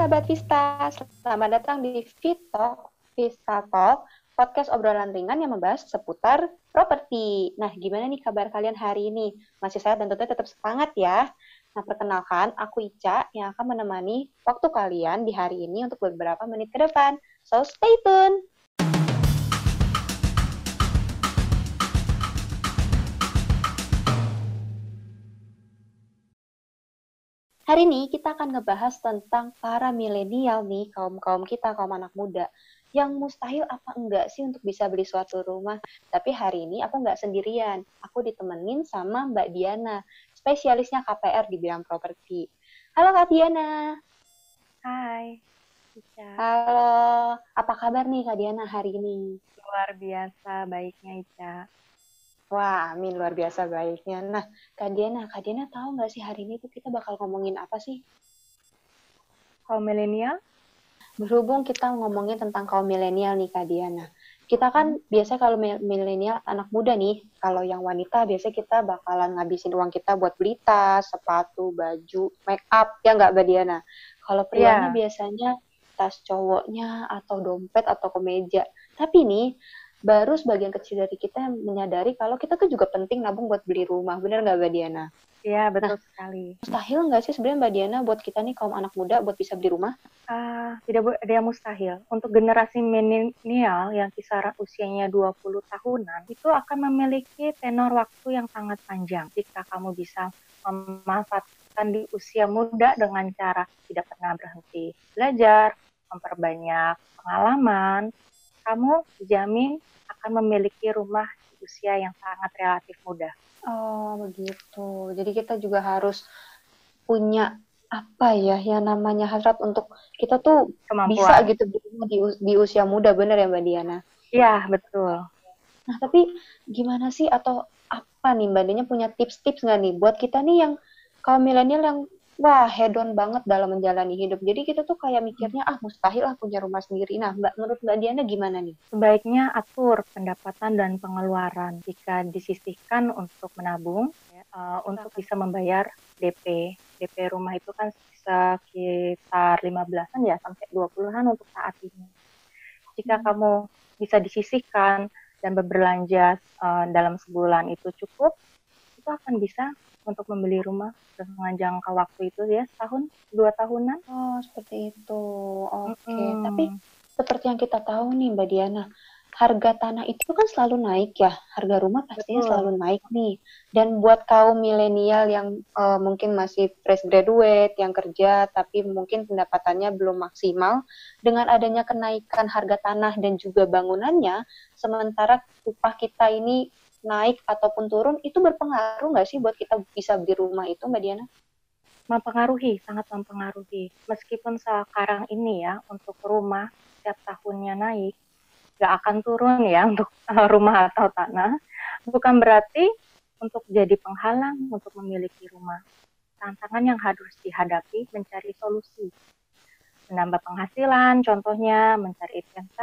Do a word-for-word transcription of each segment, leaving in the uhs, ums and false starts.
sahabat Vista, selamat datang di Vitalk, Vista Talk, podcast obrolan ringan yang membahas seputar properti. Nah, gimana nih kabar kalian hari ini? Masih sehat dan tentunya tetap semangat ya. Nah, perkenalkan, aku Ica yang akan menemani waktu kalian di hari ini untuk beberapa menit ke depan. So, stay tune! Hari ini kita akan ngebahas tentang para milenial nih, kaum-kaum kita, kaum anak muda, yang mustahil apa enggak sih untuk bisa beli suatu rumah. Tapi hari ini aku nggak sendirian, aku ditemenin sama Mbak Diana, spesialisnya K P R di bidang properti. Halo Kak Diana. Hai, Ica. Halo, apa kabar nih Kak Diana hari ini? Luar biasa baiknya Ica. Wah, amin, luar biasa baiknya. Nah, Kak Diana, Kak Diana tahu nggak sih hari ini tuh kita bakal ngomongin apa sih? Kaum milenial? Berhubung kita ngomongin tentang kaum milenial nih Kak Diana. Kita kan biasa kalau milenial anak muda nih, kalau yang wanita biasa kita bakalan ngabisin uang kita buat beli tas, sepatu, baju, make up, ya nggak Mbak Diana? Kalau prianya Iya. biasanya tas cowoknya atau dompet atau kemeja. Tapi nih, baru sebagian kecil dari kita yang menyadari kalau kita tuh juga penting nabung buat beli rumah. Bener nggak Mbak Diana? Iya, Nah, betul sekali. mustahil nggak sih sebenarnya Mbak Diana buat kita nih kaum anak muda buat bisa beli rumah? Uh, tidak ada yang mustahil. Untuk generasi milenial yang kisaran usianya dua puluh tahunan, itu akan memiliki tenor waktu yang sangat panjang. Jika kamu bisa memanfaatkan di usia muda dengan cara tidak pernah berhenti belajar, memperbanyak pengalaman, kamu dijamin akan memiliki rumah di usia yang sangat relatif muda. Oh, begitu. Jadi kita juga harus punya apa ya yang namanya hasrat untuk kita tuh bisa Kemampuan. gitu di, di usia muda, bener ya Mbak Diana? Iya, betul. Nah, tapi gimana sih atau apa nih Mbak Diana punya tips-tips nggak nih buat kita nih yang kaum milenial yang wah hedon banget dalam menjalani hidup. Jadi kita tuh kayak mikirnya ah mustahil lah punya rumah sendiri. Nah, Mbak menurut Mbak Diana gimana nih? Sebaiknya atur pendapatan dan pengeluaran jika disisihkan untuk menabung, ya, uh, untuk bisa membayar D P. D P rumah itu kan sekitar lima belasan ya sampai dua puluhan untuk saat ini. Jika hmm. kamu bisa disisihkan dan berbelanja uh, dalam sebulan itu cukup, itu akan bisa untuk membeli rumah dengan jangka waktu itu ya setahun, dua tahunan. Oh, seperti itu. Oke, okay. Mm-hmm. Tapi seperti yang kita tahu nih Mbak Diana, harga tanah itu kan selalu naik ya, harga rumah pastinya Betul. Selalu naik nih. Dan buat kaum milenial yang uh, mungkin masih fresh graduate, yang kerja tapi mungkin pendapatannya belum maksimal, dengan adanya kenaikan harga tanah dan juga bangunannya, sementara upah kita ini naik ataupun turun, itu berpengaruh nggak sih buat kita bisa beli rumah itu Mbak Diana? Mempengaruhi, sangat mempengaruhi. Meskipun sekarang ini ya, untuk rumah setiap tahunnya naik, nggak akan turun ya untuk rumah atau tanah, bukan berarti untuk jadi penghalang untuk memiliki rumah. Tantangan yang harus dihadapi mencari solusi. Menambah penghasilan, contohnya mencari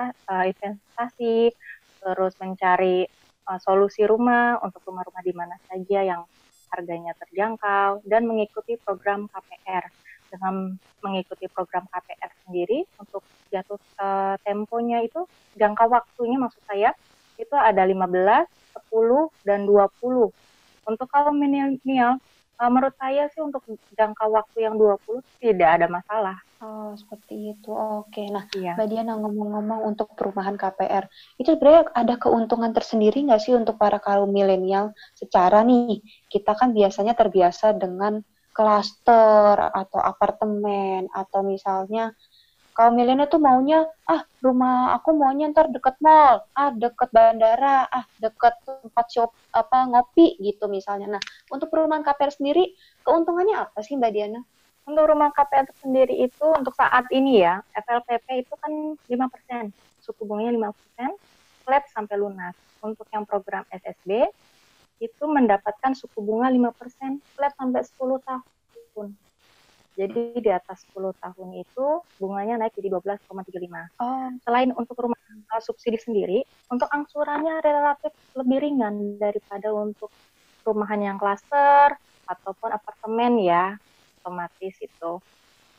investasi, terus mencari solusi rumah untuk rumah-rumah di mana saja yang harganya terjangkau, dan mengikuti program K P R. Dengan mengikuti program K P R sendiri, untuk jatuh uh, temponya itu, jangka waktunya maksud saya, itu ada lima belas, sepuluh, dan dua puluh. Untuk kaum milenial, uh, menurut saya sih untuk jangka waktu yang dua puluh tidak ada masalah. Oh, seperti itu. Oke. Nah, iya. Mbak Diana ngomong-ngomong untuk perumahan K P R, itu sebenarnya ada keuntungan tersendiri nggak sih untuk para kaum milenial? Secara nih, kita kan biasanya terbiasa dengan klaster atau apartemen, atau misalnya kaum milenial tuh maunya, ah rumah aku maunya ntar deket mall, ah deket bandara, ah deket tempat shop apa ngopi gitu misalnya. Nah, untuk perumahan K P R sendiri, keuntungannya apa sih Mbak Diana? Untuk rumah K P R sendiri itu untuk saat ini ya, F L P P itu kan lima persen, suku bunganya lima persen, flat sampai lunas. Untuk yang program S S B, itu mendapatkan suku bunga lima persen, flat sampai sepuluh tahun. Jadi di atas sepuluh tahun itu bunganya naik jadi dua belas koma tiga lima. Oh. Selain untuk rumah uh, subsidi sendiri, untuk angsurannya relatif lebih ringan daripada untuk rumahan yang klaster ataupun apartemen ya, otomatis itu.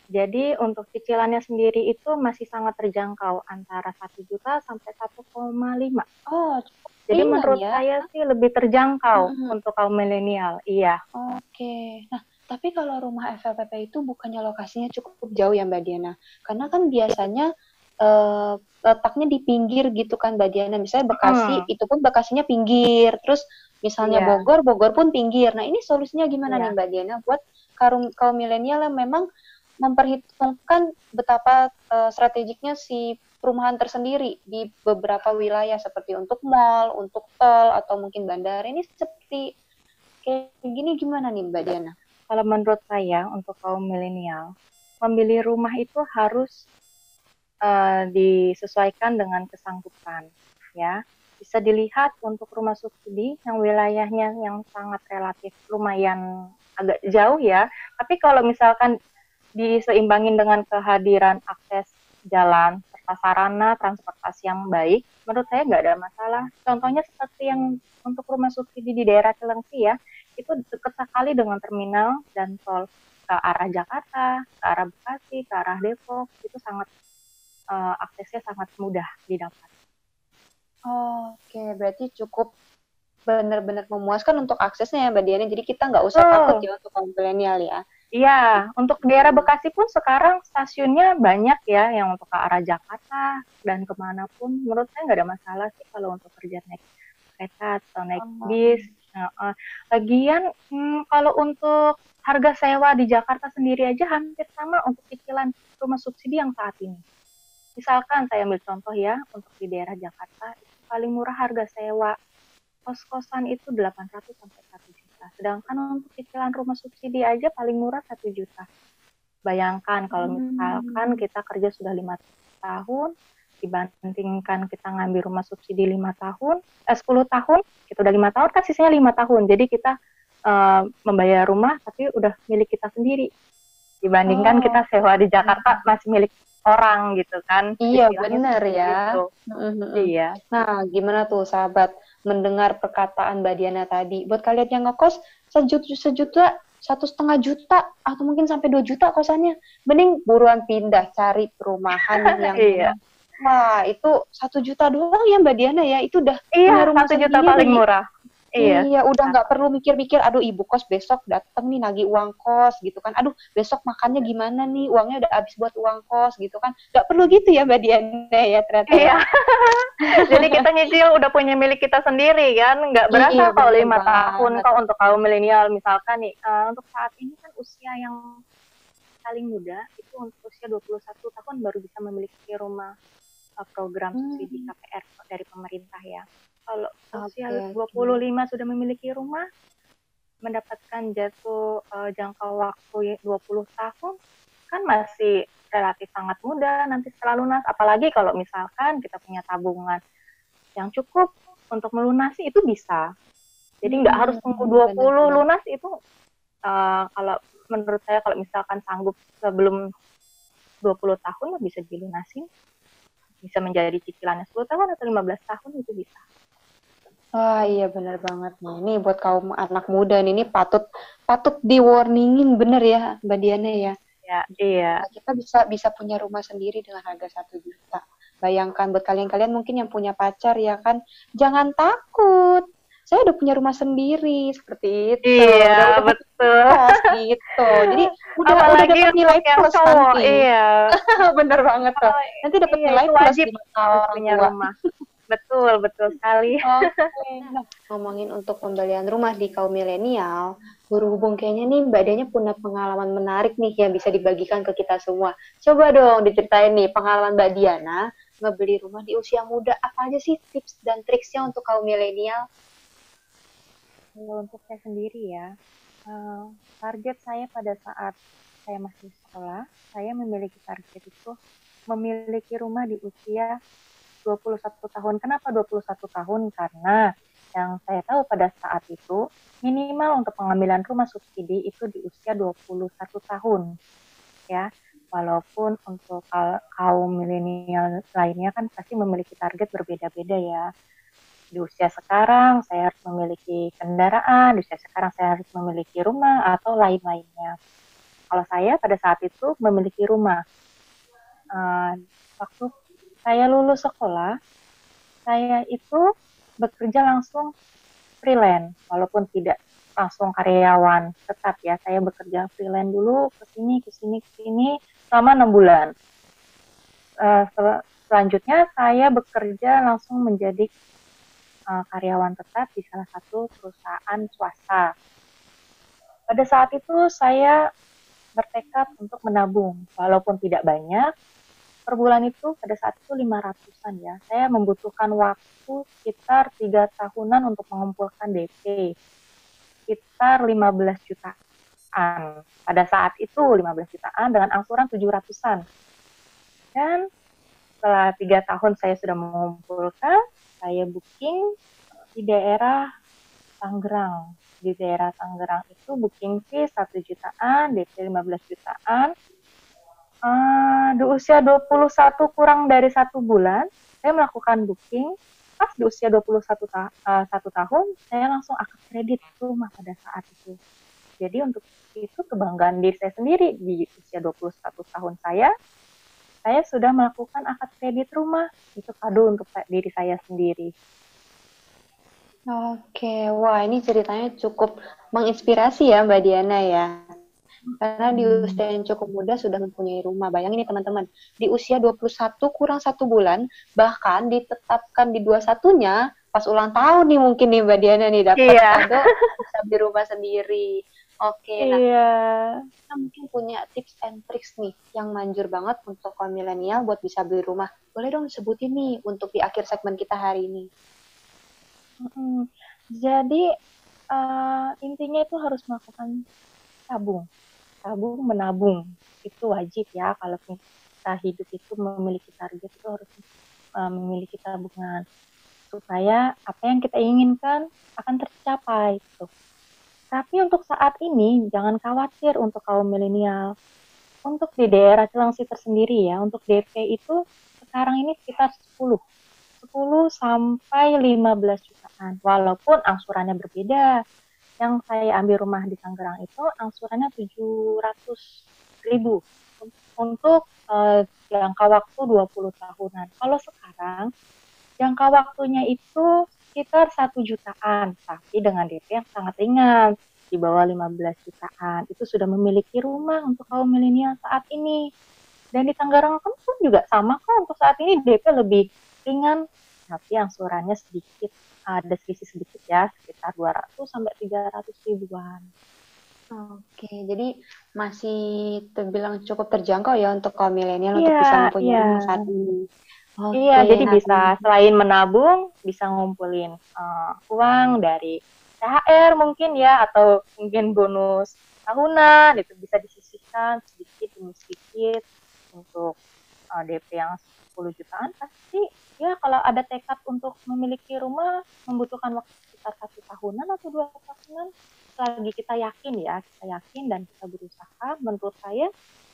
Jadi untuk cicilannya sendiri itu masih sangat terjangkau antara satu juta sampai satu koma lima. Oh, cukup Jadi ringan menurut ya. saya sih lebih terjangkau Mhm. untuk kaum milenial. Iya. Oke. Nah, tapi kalau rumah F L P P itu bukannya lokasinya cukup jauh ya Mbak Diana? Karena kan biasanya eh, letaknya di pinggir gitu kan Mbak Diana. Misalnya Bekasi, Hmm, itu pun Bekasinya pinggir. Terus misalnya iya, Bogor, Bogor pun pinggir. Nah, ini solusinya gimana nih iya. Mbak Diana buat kaum kaum milenial yang memang memperhitungkan betapa eh, strategiknya si perumahan tersendiri di beberapa wilayah seperti untuk mall, untuk tol atau mungkin bandara. Ini seperti kayak gini gimana nih Mbak Diana? Kalau menurut saya untuk kaum milenial, membeli rumah itu harus eh, disesuaikan dengan kesanggupan, ya. Bisa dilihat untuk rumah subsidi yang wilayahnya yang sangat relatif lumayan agak jauh ya. Tapi kalau misalkan diseimbangin dengan kehadiran akses jalan serta sarana transportasi yang baik, menurut saya nggak ada masalah. Contohnya seperti yang untuk rumah subsidi di daerah Cilengsi ya, itu dekat sekali dengan terminal dan tol ke arah Jakarta, ke arah Bekasi, ke arah Depok, itu sangat uh, aksesnya sangat mudah didapat. Oke, berarti cukup benar-benar memuaskan untuk aksesnya ya Mbak Diana. Jadi kita nggak usah takut Betul. ya untuk kaum milenial ya. Iya, untuk daerah Bekasi pun sekarang stasiunnya banyak ya yang untuk ke arah Jakarta dan kemanapun. Menurut saya nggak ada masalah sih kalau untuk kerja naik kereta atau naik Oh, bis. Nah, uh, lagian hmm, kalau untuk harga sewa di Jakarta sendiri aja hampir sama untuk cicilan rumah subsidi yang saat ini. Misalkan saya ambil contoh ya, untuk di daerah Jakarta itu paling murah harga sewa kos-kosan itu delapan ratus sampai satu juta. Sedangkan untuk cicilan rumah subsidi aja paling murah satu juta. Bayangkan kalau misalkan hmm. kita kerja sudah lima tahun, dibandingkan kita ngambil rumah subsidi lima tahun, eh, sepuluh tahun, kita udah lima tahun kan sisanya lima tahun. Jadi kita uh, membayar rumah tapi udah milik kita sendiri. Dibandingkan Oh, kita sewa di Jakarta masih milik orang gitu kan. iya Istilahnya benar seperti ya. itu. Mm-mm. Iya. Nah, gimana tuh sahabat mendengar perkataan Mbak Diana tadi? Buat kalian yang ngekos sejuta, sejuta, satu setengah juta atau mungkin sampai dua juta kosannya, mending buruan pindah cari perumahan yang Iya. memang wah itu satu juta doang ya Mbak Diana ya itu udah Iya, punya rumah satu juta paling sendiri. murah. Iya. Iya, udah nggak perlu mikir-mikir, aduh ibu kos besok dateng nih nagih uang kos gitu kan. Aduh, besok makannya gimana nih, uangnya udah habis buat uang kos gitu kan. Nggak perlu gitu ya Mbak Diana ya ternyata Iya. ya. Jadi kita nyicil udah punya milik kita sendiri kan, nggak Iya, berasa kalau bener lima tahun banget. kok untuk kaum milenial misalkan nih, uh, untuk saat ini kan usia yang paling muda itu untuk usia dua puluh satu tahun baru bisa memiliki rumah uh, program subsidi Hmm, K P R dari pemerintah ya. Kalau usia oke, dua oke. puluh lima sudah memiliki rumah, mendapatkan jatuh uh, jangka waktu dua puluh tahun, kan masih relatif sangat muda nanti setelah lunas. Apalagi kalau misalkan kita punya tabungan yang cukup untuk melunasi itu bisa. Jadi nggak harus tunggu Hmm, dua puluh benar-benar. lunas itu uh, kalau menurut saya kalau misalkan sanggup sebelum dua puluh tahun bisa dilunasin, bisa menjadi cicilannya sepuluh tahun atau lima belas tahun itu bisa. Wah, iya benar banget nih. Ini buat kaum anak muda nih, ini patut patut di warningin bener ya Mbak Diana ya. Ya, iya. Nah, kita bisa bisa punya rumah sendiri dengan harga satu juta. Bayangkan buat kalian-kalian mungkin yang punya pacar ya kan, jangan takut. Saya udah punya rumah sendiri seperti itu. Iya, Udah udah bukan betul. kos gitu. Jadi udah udah Apalagi dapat nilai untuk yang plus cowok, nanti. iya. Bener banget tuh. Oh, Nanti dapat iya, nilai itu plus wajib di mata harus orang punya tua. rumah. Betul, betul sekali. Oke, nah ngomongin untuk pembelian rumah di kaum milenial, berhubung kayaknya nih Mbak Danya punya pengalaman menarik nih yang bisa dibagikan ke kita semua. Coba dong diceritain nih pengalaman Mbak Diana ngebeli rumah di usia muda. Apa aja sih tips dan triksnya untuk kaum milenial? Kalau untuk saya sendiri ya, uh, target saya pada saat saya masih sekolah, saya memiliki target itu memiliki rumah di usia dua puluh satu tahun. Kenapa dua puluh satu tahun? Karena yang saya tahu pada saat itu minimal untuk pengambilan rumah subsidi itu di usia dua puluh satu tahun ya. Walaupun untuk kaum milenial lainnya kan pasti memiliki target berbeda-beda ya. Di usia sekarang saya harus memiliki kendaraan, di usia sekarang saya harus memiliki rumah atau lain-lainnya. Kalau saya pada saat itu memiliki rumah. Uh, waktu saya lulus sekolah, saya itu bekerja langsung freelance, walaupun tidak langsung karyawan tetap ya. Saya bekerja freelance dulu, ke sini, ke sini, ke sini, selama enam bulan. Uh, sel- selanjutnya saya bekerja langsung menjadi uh, karyawan tetap di salah satu perusahaan swasta. Pada saat itu saya bertekad untuk menabung, walaupun tidak banyak. Per bulan itu pada saat itu lima ratusan ya. Saya membutuhkan waktu sekitar tiga tahunan untuk mengumpulkan D P. Sekitar lima belas jutaan. Pada saat itu lima belas jutaan dengan angsuran tujuh ratusan. Dan setelah tiga tahun saya sudah mengumpulkan, saya booking di daerah Tangerang. Di daerah Tangerang itu booking fee satu jutaan, D P lima belas jutaan. Uh, di usia dua puluh satu kurang dari satu bulan, saya melakukan booking. Pas di usia dua puluh satu ta- uh, satu tahun, saya langsung akad kredit rumah pada saat itu. Jadi untuk itu kebanggaan diri saya sendiri. Di usia dua puluh satu tahun saya, saya sudah melakukan akad kredit rumah. Itu kado untuk diri saya sendiri. Oke, wah ini ceritanya cukup menginspirasi ya Mbak Diana ya. Karena di usia yang cukup muda sudah mempunyai rumah. Bayangin nih teman-teman, di usia dua puluh satu kurang satu bulan, bahkan ditetapkan di dua puluh satunya, pas ulang tahun nih mungkin nih Mbak Diana nih, dapat Iya. kado, bisa beli rumah sendiri. Oke, nah Iya. kita mungkin punya tips and tricks nih, yang manjur banget untuk kaum milenial buat bisa beli rumah. Boleh dong sebutin nih, untuk di akhir segmen kita hari ini. Mm-mm. Jadi, uh, intinya itu harus melakukan tabung. Tabung, menabung, itu wajib ya. Kalau kita hidup itu memiliki target, itu harus uh, memiliki tabungan supaya apa yang kita inginkan akan tercapai gitu. Tapi untuk saat ini jangan khawatir untuk kaum milenial. Untuk di daerah Cilengsi tersendiri ya, untuk D P itu sekarang ini sekitar sepuluh sampai lima belas jutaan. Walaupun angsurannya berbeda. Yang saya ambil rumah di Tangerang itu angsurannya tujuh ratus ribu untuk uh, jangka waktu dua puluh tahunan. Kalau sekarang jangka waktunya itu sekitar satu jutaan, tapi dengan D P yang sangat ringan, di bawah lima belas jutaan. Itu sudah memiliki rumah untuk kaum milenial saat ini. Dan di Tangerang pun juga sama kok, untuk saat ini D P lebih ringan, tapi angsurannya sedikit, ada selisih sedikit ya, sekitar dua ratus sampai tiga ratus ribuan. Oke, jadi masih terbilang cukup terjangkau ya untuk kaum milenial Iya, untuk bisa mempunyai iya. rumah saat ini. Oke, Iya, jadi nah, bisa selain menabung, bisa ngumpulin uh, uang dari T H R mungkin ya, atau mungkin bonus tahunan, itu bisa disisihkan sedikit demi sedikit untuk uh, D P yang sepuluh jutaan. Pasti ya kalau ada tekad untuk memiliki rumah, membutuhkan waktu sekitar satu tahunan atau dua tahunan. Selagi kita yakin ya, kita yakin dan kita berusaha, menurut saya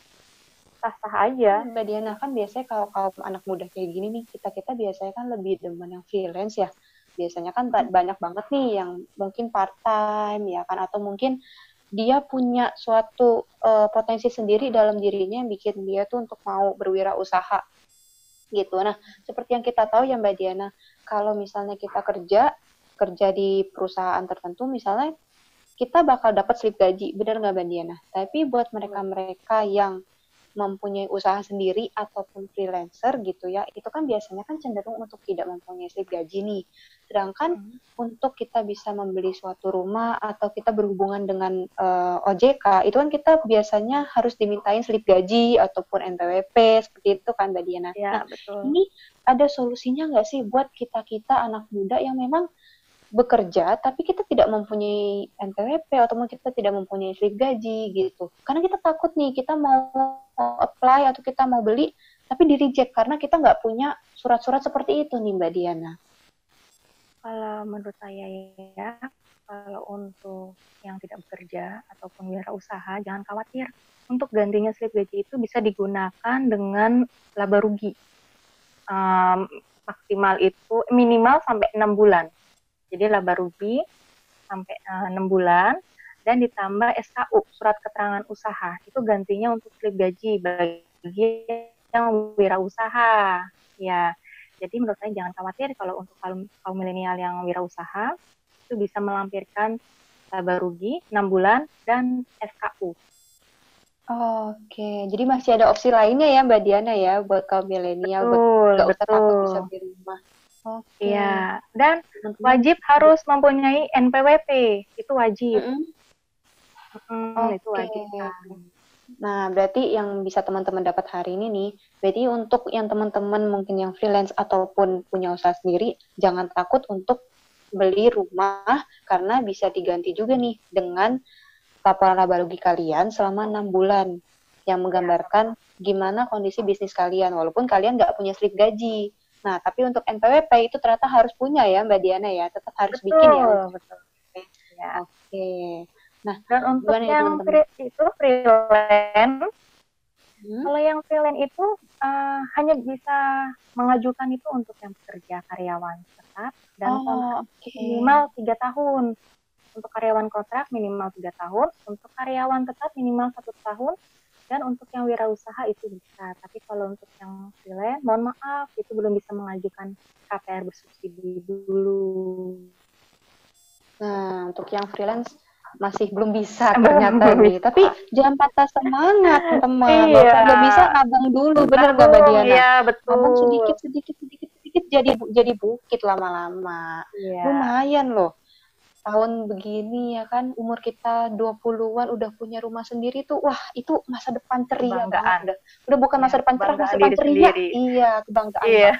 sah-sah aja. Mbak Diana, kan biasanya kalau kaum anak muda kayak gini nih, kita-kita biasanya kan lebih demen yang freelance ya. Biasanya kan banyak banget nih yang mungkin part-time ya kan, atau mungkin dia punya suatu uh, potensi sendiri dalam dirinya yang bikin dia tuh untuk mau berwirausaha gitu. Nah, seperti yang kita tahu ya Mbak Diana, kalau misalnya kita kerja, kerja di perusahaan tertentu misalnya, kita bakal dapat slip gaji, benar nggak Mbak Diana? Tapi buat mereka-mereka yang mempunyai usaha sendiri ataupun freelancer gitu ya, itu kan biasanya kan cenderung untuk tidak mempunyai slip gaji nih. Sedangkan hmm. untuk kita bisa membeli suatu rumah atau kita berhubungan dengan uh, O J K, itu kan kita biasanya harus dimintain slip gaji ataupun N P W P, seperti itu kan Mbak Diana. Ya, nah, betul. Ini ada solusinya nggak sih buat kita-kita anak muda yang memang bekerja tapi kita tidak mempunyai N P W P atau kita tidak mempunyai slip gaji gitu. Karena kita takut nih, kita mau apply atau kita mau beli tapi di reject karena kita nggak punya surat-surat seperti itu nih Mbak Diana. Kalau menurut saya ya, kalau untuk yang tidak bekerja ataupun wirausaha, jangan khawatir. Untuk gantinya slip gaji itu bisa digunakan dengan laba rugi. Um, maksimal itu minimal sampai enam bulan. Jadi laba rugi sampai uh, enam bulan. dan ditambah S K U, surat keterangan usaha. Itu gantinya untuk slip gaji bagi yang wirausaha. Ya, jadi menurut saya jangan khawatir kalau untuk kaum, kaum milenial yang wirausaha itu bisa melampirkan laba rugi enam bulan dan S K U. Oke, jadi masih ada opsi lainnya ya Mbak Diana ya buat kaum milenial, buat Betul, nggak usah takut bisa betul. beli rumah. Oke, Iya, dan teman-teman. wajib harus mempunyai N P W P, itu wajib. Mm-mm. Hmm, itu Oke. wajib kan. Nah, berarti yang bisa teman-teman dapat hari ini nih, berarti untuk yang teman-teman mungkin yang freelance ataupun punya usaha sendiri, jangan takut untuk beli rumah karena bisa diganti juga nih dengan laporan laba rugi kalian selama enam bulan yang menggambarkan gimana kondisi bisnis kalian walaupun kalian nggak punya slip gaji. Nah, tapi untuk N P W P itu ternyata harus punya ya Mbak Diana ya, tetap harus Betul, bikin ya. betul. Ya. Oke. Nah, Dan untuk gimana nih yang teman-teman? free, itu freelance, Hmm? kalau yang freelance itu uh, hanya bisa mengajukan itu untuk yang pekerja karyawan tetap dan kontrak Oh, oke. minimal tiga tahun. Untuk karyawan kontrak minimal tiga tahun, untuk karyawan tetap minimal satu tahun, dan untuk yang wirausaha itu bisa. Tapi kalau untuk yang freelance, mohon maaf, itu belum bisa mengajukan K P R bersubsidi dulu. Nah, untuk yang freelance masih belum bisa ternyata nih. Tapi jangan patah semangat, teman-teman. Iya. Walaupun nggak bisa, nabung dulu. Bener nggak, Mbak Diana? Iya, betul. Nabung sedikit, sedikit, sedikit, sedikit, jadi jadi bukit lama-lama. Iya. Lumayan loh. Tahun begini ya kan, umur kita dua puluhan udah punya rumah sendiri tuh, wah itu masa depan ceria Kebanggaan. banget. Udah, udah bukan Ya, masa depan cerah, masa depan ceria. Sendiri. Iya, kebanggaan. Iya.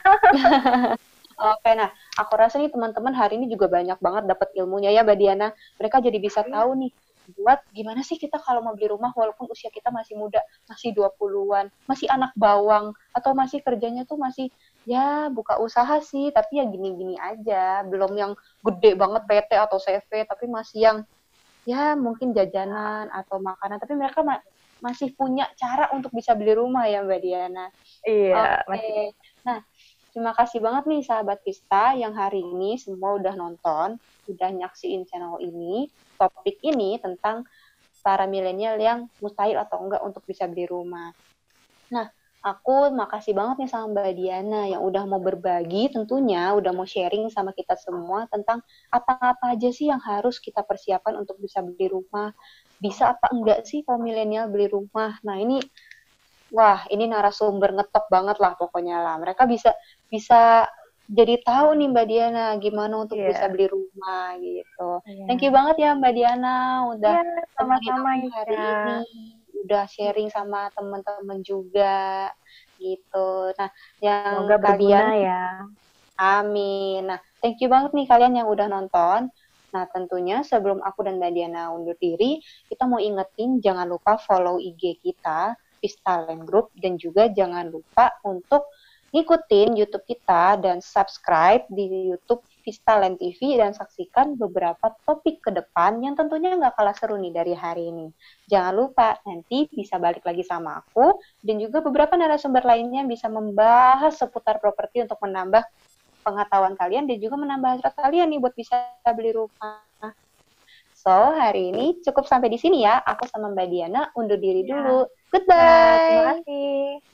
Oke, nah aku rasa nih teman-teman hari ini juga banyak banget dapat ilmunya ya Mbak Diana. Mereka jadi bisa tahu nih buat gimana sih kita kalau mau beli rumah walaupun usia kita masih muda, masih dua puluhan, masih anak bawang atau masih kerjanya tuh masih ya buka usaha sih, tapi ya gini-gini aja, belum yang gede banget P T atau C V, tapi masih yang ya mungkin jajanan atau makanan, tapi mereka ma- masih punya cara untuk bisa beli rumah ya Mbak Diana. Iya, Oke. masih. Nah, terima kasih banget nih sahabat Vista yang hari ini semua udah nonton, udah nyaksiin channel ini, topik ini tentang para milenial yang mustahil atau enggak untuk bisa beli rumah. Nah, aku makasih banget nih sama Mbak Diana yang udah mau berbagi tentunya, udah mau sharing sama kita semua tentang apa-apa aja sih yang harus kita persiapkan untuk bisa beli rumah. Bisa apa enggak sih kalau milenial beli rumah? Nah, ini wah, ini narasumber ngetop banget lah pokoknya lah. Mereka bisa bisa jadi tahu nih Mbak Diana gimana untuk Iya. bisa beli rumah gitu. Iya. Thank you banget ya Mbak Diana udah Iya, temenin sama-sama aku hari ya. ini, udah sharing sama teman-teman juga gitu. Nah, yang Semoga kalian berguna ya. amin. Nah, thank you banget nih kalian yang udah nonton. Nah, tentunya sebelum aku dan Mbak Diana undur diri, kita mau ingetin jangan lupa follow I G kita, Vista Land Group, dan juga jangan lupa untuk ngikutin YouTube kita dan subscribe di YouTube Vista Land T V dan saksikan beberapa topik ke depan yang tentunya nggak kalah seru nih dari hari ini. Jangan lupa nanti bisa balik lagi sama aku dan juga beberapa narasumber lainnya bisa membahas seputar properti untuk menambah pengetahuan kalian dan juga menambah hasrat kalian nih buat bisa beli rumah. So, hari ini cukup sampai di sini ya. Aku sama Mbak Diana undur diri Ya. dulu. Nah, Goodbye. terima kasih.